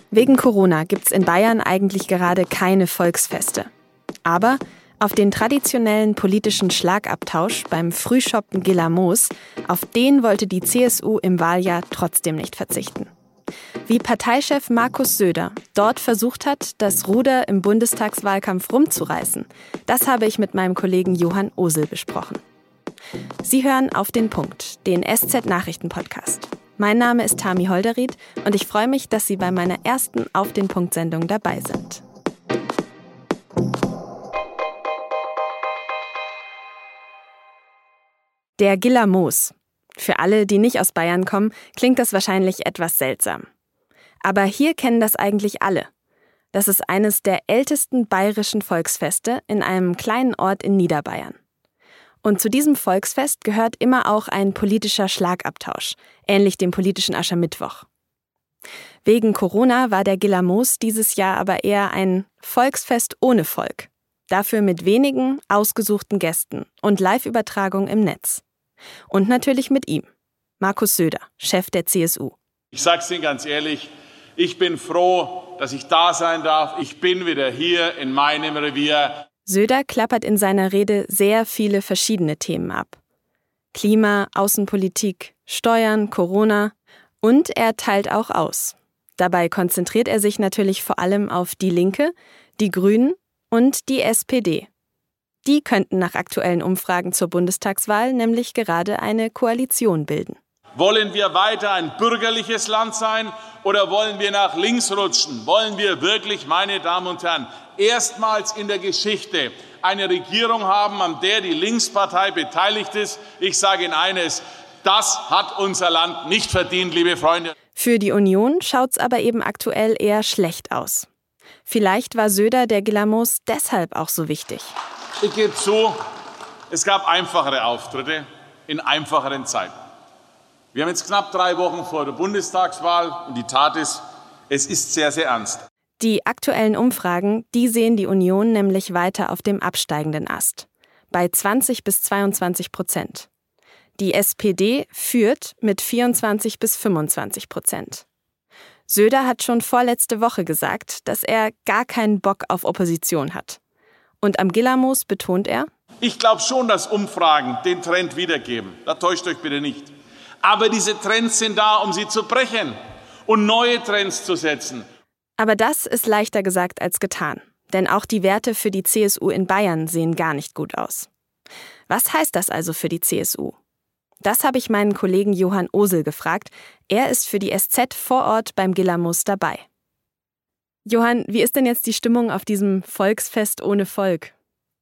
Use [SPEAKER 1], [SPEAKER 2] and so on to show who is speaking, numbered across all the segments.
[SPEAKER 1] Wegen Corona gibt's in Bayern eigentlich gerade keine Volksfeste. Aber auf den traditionellen politischen Schlagabtausch beim Frühschoppen Gillermoos, auf den wollte die CSU im Wahljahr trotzdem nicht verzichten. Wie Parteichef Markus Söder dort versucht hat, das Ruder im Bundestagswahlkampf rumzureißen, das habe ich mit meinem Kollegen Johann Osel besprochen. Sie hören Auf den Punkt, den SZ-Nachrichten-Podcast. Mein Name ist Tami Holderried und ich freue mich, dass Sie bei meiner ersten Auf den Punkt-Sendung dabei sind. Der Gillermoos. Für alle, die nicht aus Bayern kommen, klingt das wahrscheinlich etwas seltsam. Aber hier kennen das eigentlich alle. Das ist eines der ältesten bayerischen Volksfeste in einem kleinen Ort in Niederbayern. Und zu diesem Volksfest gehört immer auch ein politischer Schlagabtausch, ähnlich dem politischen Aschermittwoch. Wegen Corona war der Gillermoos dieses Jahr aber eher ein Volksfest ohne Volk. Dafür mit wenigen, ausgesuchten Gästen und Live-Übertragung im Netz. Und natürlich mit ihm, Markus Söder, Chef der CSU.
[SPEAKER 2] Ich sag's Ihnen ganz ehrlich, ich bin froh, dass ich da sein darf. Ich bin wieder hier in meinem Revier.
[SPEAKER 1] Söder klappert in seiner Rede sehr viele verschiedene Themen ab. Klima, Außenpolitik, Steuern, Corona und er teilt auch aus. Dabei konzentriert er sich natürlich vor allem auf die Linke, die Grünen und die SPD. Die könnten nach aktuellen Umfragen zur Bundestagswahl nämlich gerade eine Koalition bilden.
[SPEAKER 2] Wollen wir weiter ein bürgerliches Land sein oder wollen wir nach links rutschen? Wollen wir wirklich, meine Damen und Herren, erstmals in der Geschichte eine Regierung haben, an der die Linkspartei beteiligt ist? Ich sage Ihnen eines, das hat unser Land nicht verdient, liebe Freunde.
[SPEAKER 1] Für die Union schaut's aber eben aktuell eher schlecht aus. Vielleicht war Söder der Gillermoos deshalb auch so wichtig.
[SPEAKER 2] Ich gebe zu, es gab einfachere Auftritte in einfacheren Zeiten. Wir haben jetzt knapp 3 Wochen vor der Bundestagswahl und die Tat ist, es ist sehr, sehr ernst.
[SPEAKER 1] Die aktuellen Umfragen, die sehen die Union nämlich weiter auf dem absteigenden Ast. Bei 20-22%. Die SPD führt mit 24-25%. Söder hat schon vorletzte Woche gesagt, dass er gar keinen Bock auf Opposition hat. Und am Gillermoos betont er:
[SPEAKER 2] Ich glaube schon, dass Umfragen den Trend wiedergeben. Da täuscht euch bitte nicht. Aber diese Trends sind da, um sie zu brechen und neue Trends zu setzen.
[SPEAKER 1] Aber das ist leichter gesagt als getan. Denn auch die Werte für die CSU in Bayern sehen gar nicht gut aus. Was heißt das also für die CSU? Das habe ich meinen Kollegen Johann Osel gefragt. Er ist für die SZ vor Ort beim Gillermoos dabei. Johann, wie ist denn jetzt die Stimmung auf diesem Volksfest ohne Volk?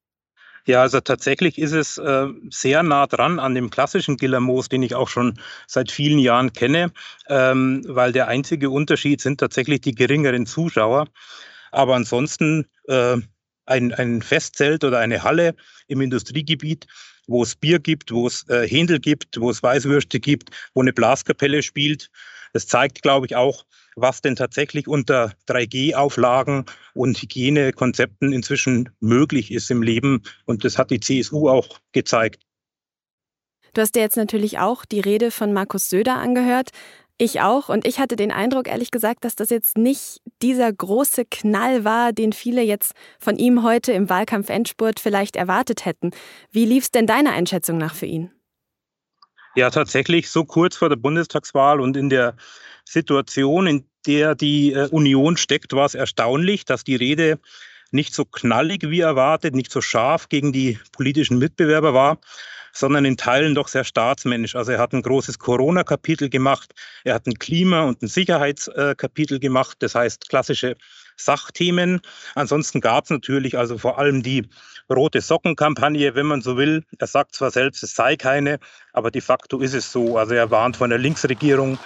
[SPEAKER 3] Ja, also tatsächlich ist es sehr nah dran an dem klassischen Gillermoos, den ich auch schon seit vielen Jahren kenne, weil der einzige Unterschied sind tatsächlich die geringeren Zuschauer. Aber ansonsten ein Festzelt oder eine Halle im Industriegebiet, wo es Bier gibt, wo es Händel gibt, wo es Weißwürste gibt, wo eine Blaskapelle spielt. Das zeigt, glaube ich, auch, was denn tatsächlich unter 3G-Auflagen und Hygienekonzepten inzwischen möglich ist im Leben. Und das hat die CSU auch gezeigt.
[SPEAKER 1] Du hast dir jetzt natürlich auch die Rede von Markus Söder angehört. Ich auch. Und ich hatte den Eindruck, ehrlich gesagt, dass das jetzt nicht dieser große Knall war, den viele jetzt von ihm heute im Wahlkampf-Endspurt vielleicht erwartet hätten. Wie lief es denn deiner Einschätzung nach für ihn?
[SPEAKER 3] Ja, tatsächlich so kurz vor der Bundestagswahl und in der Situation, in der die Union steckt, war es erstaunlich, dass die Rede nicht so knallig wie erwartet, nicht so scharf gegen die politischen Mitbewerber war, sondern in Teilen doch sehr staatsmännisch. Also er hat ein großes Corona-Kapitel gemacht, er hat ein Klima- und ein Sicherheitskapitel gemacht, das heißt klassische Sachthemen. Ansonsten gab es natürlich also vor allem die rote Socken-Kampagne, wenn man so will. Er sagt zwar selbst, es sei keine, aber de facto ist es so. Also er warnt von der Linksregierung.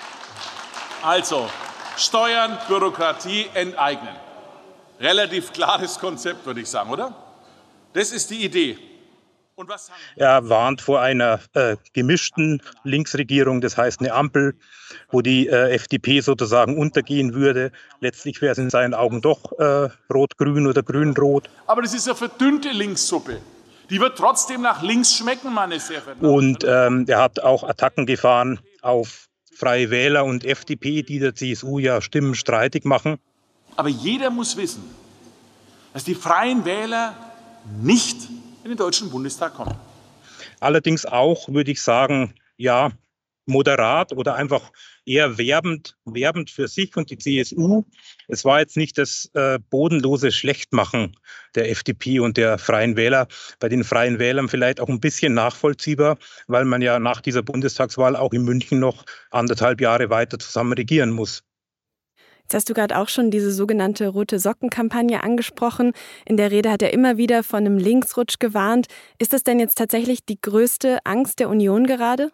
[SPEAKER 2] Also, Steuern, Bürokratie enteignen. Relativ klares Konzept, würde ich sagen, oder? Das ist die Idee. Und was sagen Sie?
[SPEAKER 3] Er warnt vor einer gemischten Linksregierung, das heißt eine Ampel, wo die FDP sozusagen untergehen würde. Letztlich wäre es in seinen Augen doch rot-grün oder grün-rot.
[SPEAKER 2] Aber das ist eine verdünnte Linkssuppe. Die wird trotzdem nach links schmecken, meine sehr verehrten
[SPEAKER 3] Und er hat auch Attacken gefahren auf Freie Wähler und FDP, die der CSU ja Stimmen streitig machen.
[SPEAKER 2] Aber jeder muss wissen, dass die Freien Wähler nicht in den Deutschen Bundestag kommen.
[SPEAKER 3] Allerdings auch, würde ich sagen, ja, moderat oder einfach eher werbend für sich und die CSU. Es war jetzt nicht das bodenlose Schlechtmachen der FDP und der Freien Wähler. Bei den Freien Wählern vielleicht auch ein bisschen nachvollziehbar, weil man ja nach dieser Bundestagswahl auch in München noch 1,5 Jahre weiter zusammen regieren muss.
[SPEAKER 1] Jetzt hast du gerade auch schon diese sogenannte Rote-Socken-Kampagne angesprochen. In der Rede hat er immer wieder von einem Linksrutsch gewarnt. Ist das denn jetzt tatsächlich die größte Angst der Union gerade?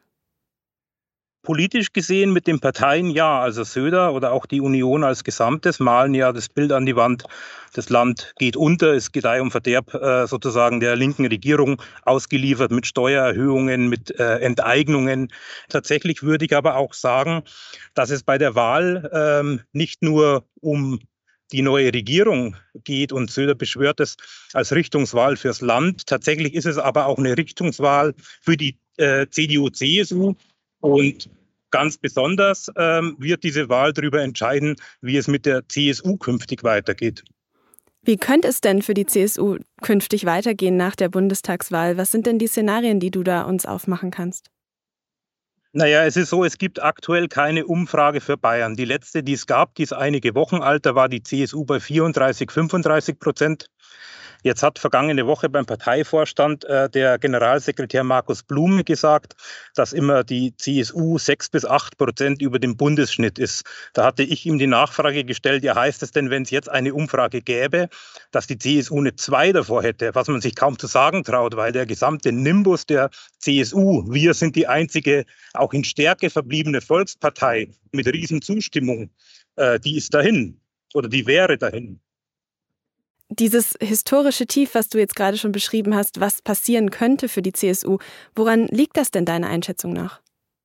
[SPEAKER 3] Politisch gesehen mit den Parteien ja, also Söder oder auch die Union als Gesamtes malen ja das Bild an die Wand, das Land geht unter, es Gedeih und Verderb sozusagen der linken Regierung ausgeliefert mit Steuererhöhungen, mit Enteignungen. Tatsächlich würde ich aber auch sagen, dass es bei der Wahl nicht nur um die neue Regierung geht und Söder beschwört es als Richtungswahl fürs Land. Tatsächlich ist es aber auch eine Richtungswahl für die CDU-CSU. Und ganz besonders wird diese Wahl darüber entscheiden, wie es mit der CSU künftig weitergeht.
[SPEAKER 1] Wie könnte es denn für die CSU künftig weitergehen nach der Bundestagswahl? Was sind denn die Szenarien, die du da uns aufmachen kannst?
[SPEAKER 3] Naja, es ist so, es gibt aktuell keine Umfrage für Bayern. Die letzte, die es gab, die ist einige Wochen alt, da war die CSU bei 34-35%. Jetzt hat vergangene Woche beim Parteivorstand der Generalsekretär Markus Blume gesagt, dass immer die CSU 6-8% über dem Bundesschnitt ist. Da hatte ich ihm die Nachfrage gestellt, ja, heißt es denn, wenn es jetzt eine Umfrage gäbe, dass die CSU eine 2 davor hätte, was man sich kaum zu sagen traut, weil der gesamte Nimbus der CSU, wir sind die einzige auch in Stärke verbliebene Volkspartei mit Riesenzustimmung, die ist dahin oder die wäre dahin.
[SPEAKER 1] Dieses historische Tief, was du jetzt gerade schon beschrieben hast, was passieren könnte für die CSU, woran liegt das denn deiner Einschätzung nach?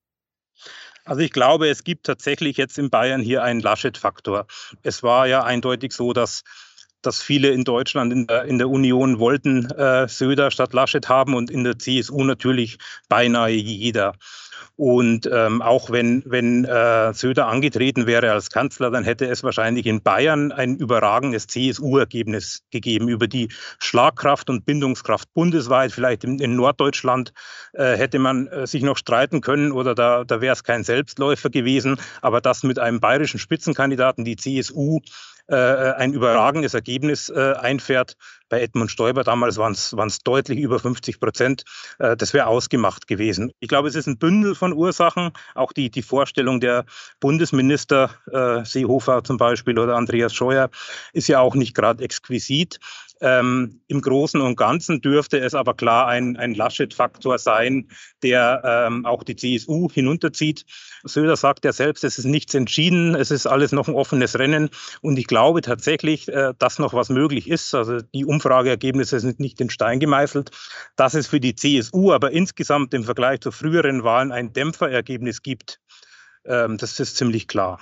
[SPEAKER 3] Also ich glaube, es gibt tatsächlich jetzt in Bayern hier einen Laschet-Faktor. Es war ja eindeutig so, dass viele in Deutschland in der Union wollten Söder statt Laschet haben und in der CSU natürlich beinahe jeder. Und auch wenn Söder angetreten wäre als Kanzler, dann hätte es wahrscheinlich in Bayern ein überragendes CSU-Ergebnis gegeben. Über die Schlagkraft und Bindungskraft bundesweit, vielleicht in Norddeutschland hätte man sich noch streiten können oder da wäre es kein Selbstläufer gewesen. Aber dass mit einem bayerischen Spitzenkandidaten die CSU ein überragendes Ergebnis einfährt. Bei Edmund Stoiber damals waren es deutlich über 50%. Das wäre ausgemacht gewesen. Ich glaube, es ist ein Bündel von Ursachen. Auch die Vorstellung der Bundesminister, Seehofer zum Beispiel oder Andreas Scheuer, ist ja auch nicht gerade exquisit. Im Großen und Ganzen dürfte es aber klar ein Laschet-Faktor sein, der auch die CSU hinunterzieht. Söder sagt ja selbst, es ist nichts entschieden, es ist alles noch ein offenes Rennen. Und ich glaube tatsächlich, dass noch was möglich ist. Also die Umfrageergebnisse sind nicht in Stein gemeißelt. Dass es für die CSU aber insgesamt im Vergleich zu früheren Wahlen ein Dämpferergebnis gibt, das ist ziemlich klar.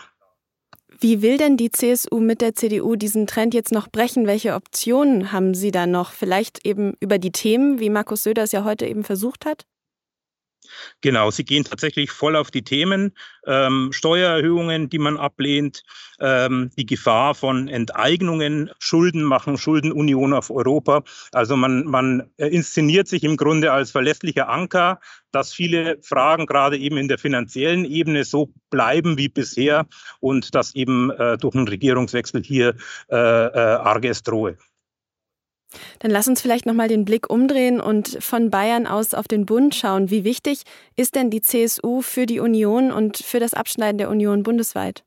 [SPEAKER 1] Wie will denn die CSU mit der CDU diesen Trend jetzt noch brechen? Welche Optionen haben Sie da noch? Vielleicht eben über die Themen, wie Markus Söder es ja heute eben versucht hat?
[SPEAKER 3] Genau, sie gehen tatsächlich voll auf die Themen, Steuererhöhungen, die man ablehnt, die Gefahr von Enteignungen, Schulden machen, Schuldenunion auf Europa. Also man inszeniert sich im Grunde als verlässlicher Anker, dass viele Fragen gerade eben in der finanziellen Ebene so bleiben wie bisher und dass eben durch einen Regierungswechsel hier Arges drohe.
[SPEAKER 1] Dann lass uns vielleicht nochmal den Blick umdrehen und von Bayern aus auf den Bund schauen. Wie wichtig ist denn die CSU für die Union und für das Abschneiden der Union bundesweit?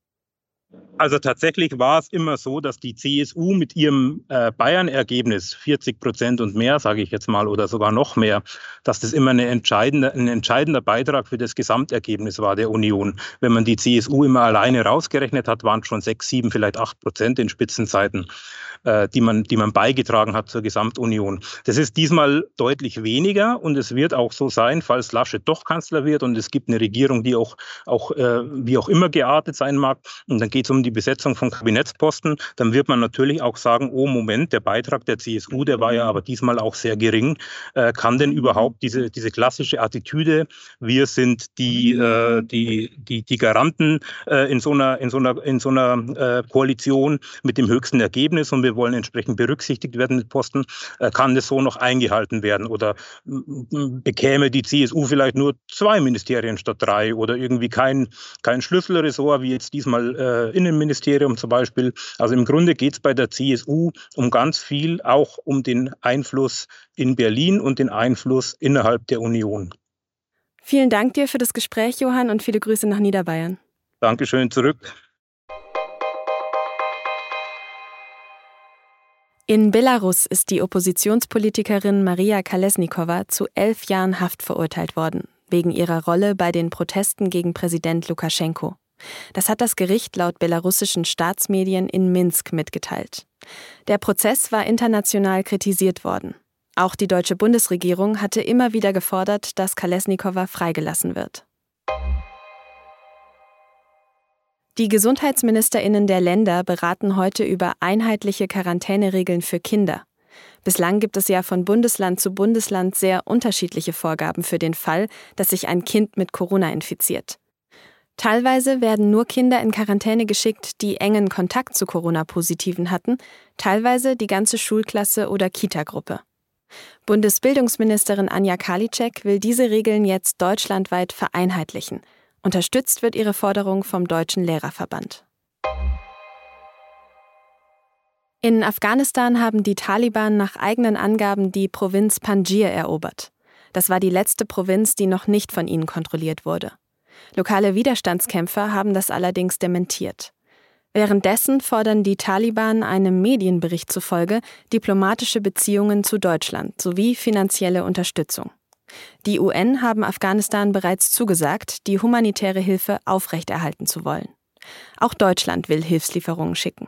[SPEAKER 3] Also tatsächlich war es immer so, dass die CSU mit ihrem Bayern-Ergebnis 40% und mehr, sage ich jetzt mal, oder sogar noch mehr, dass das immer ein entscheidender Beitrag für das Gesamtergebnis war der Union. Wenn man die CSU immer alleine rausgerechnet hat, waren es schon 6, 7, vielleicht 8% in Spitzenzeiten, die man beigetragen hat zur Gesamtunion. Das ist diesmal deutlich weniger und es wird auch so sein, falls Laschet doch Kanzler wird und es gibt eine Regierung, die auch wie auch immer geartet sein mag. Und dann geht es um um die Besetzung von Kabinettsposten, dann wird man natürlich auch sagen, oh Moment, der Beitrag der CSU, der war ja aber diesmal auch sehr gering. Kann denn überhaupt diese klassische Attitüde, wir sind die Garanten in so einer Koalition mit dem höchsten Ergebnis und wir wollen entsprechend berücksichtigt werden mit Posten, kann das so noch eingehalten werden? Oder bekäme die CSU vielleicht nur 2 Ministerien statt 3 oder irgendwie kein Schlüsselressort, wie jetzt diesmal Innenministerium zum Beispiel. Also im Grunde geht es bei der CSU um ganz viel, auch um den Einfluss in Berlin und den Einfluss innerhalb der Union.
[SPEAKER 1] Vielen Dank dir für das Gespräch, Johann, und viele Grüße nach Niederbayern.
[SPEAKER 3] Dankeschön zurück.
[SPEAKER 1] In Belarus ist die Oppositionspolitikerin Maria Kolesnikova zu 11 Jahren Haft verurteilt worden, wegen ihrer Rolle bei den Protesten gegen Präsident Lukaschenko. Das hat das Gericht laut belarussischen Staatsmedien in Minsk mitgeteilt. Der Prozess war international kritisiert worden. Auch die deutsche Bundesregierung hatte immer wieder gefordert, dass Kolesnikova freigelassen wird. Die GesundheitsministerInnen der Länder beraten heute über einheitliche Quarantäneregeln für Kinder. Bislang gibt es ja von Bundesland zu Bundesland sehr unterschiedliche Vorgaben für den Fall, dass sich ein Kind mit Corona infiziert. Teilweise werden nur Kinder in Quarantäne geschickt, die engen Kontakt zu Corona-Positiven hatten, teilweise die ganze Schulklasse oder Kita-Gruppe. Bundesbildungsministerin Anja Karliczek will diese Regeln jetzt deutschlandweit vereinheitlichen. Unterstützt wird ihre Forderung vom Deutschen Lehrerverband. In Afghanistan haben die Taliban nach eigenen Angaben die Provinz Panjshir erobert. Das war die letzte Provinz, die noch nicht von ihnen kontrolliert wurde. Lokale Widerstandskämpfer haben das allerdings dementiert. Währenddessen fordern die Taliban einem Medienbericht zufolge diplomatische Beziehungen zu Deutschland sowie finanzielle Unterstützung. Die UN haben Afghanistan bereits zugesagt, die humanitäre Hilfe aufrechterhalten zu wollen. Auch Deutschland will Hilfslieferungen schicken.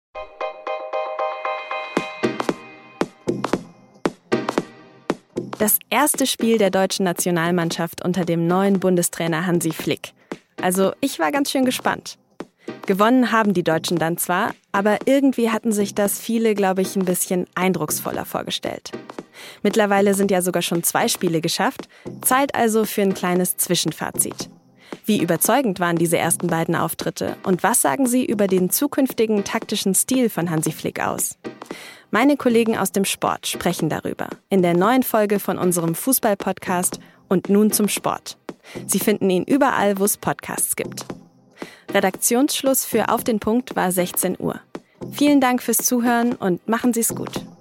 [SPEAKER 1] Das erste Spiel der deutschen Nationalmannschaft unter dem neuen Bundestrainer Hansi Flick. Also ich war ganz schön gespannt. Gewonnen haben die Deutschen dann zwar, aber irgendwie hatten sich das viele, glaube ich, ein bisschen eindrucksvoller vorgestellt. Mittlerweile sind ja sogar schon 2 Spiele geschafft, Zeit also für ein kleines Zwischenfazit. Wie überzeugend waren diese ersten beiden Auftritte und was sagen sie über den zukünftigen taktischen Stil von Hansi Flick aus? Meine Kollegen aus dem Sport sprechen darüber in der neuen Folge von unserem Fußball-Podcast Und nun zum Sport. Sie finden ihn überall, wo es Podcasts gibt. Redaktionsschluss für Auf den Punkt war 16 Uhr. Vielen Dank fürs Zuhören und machen Sie es gut.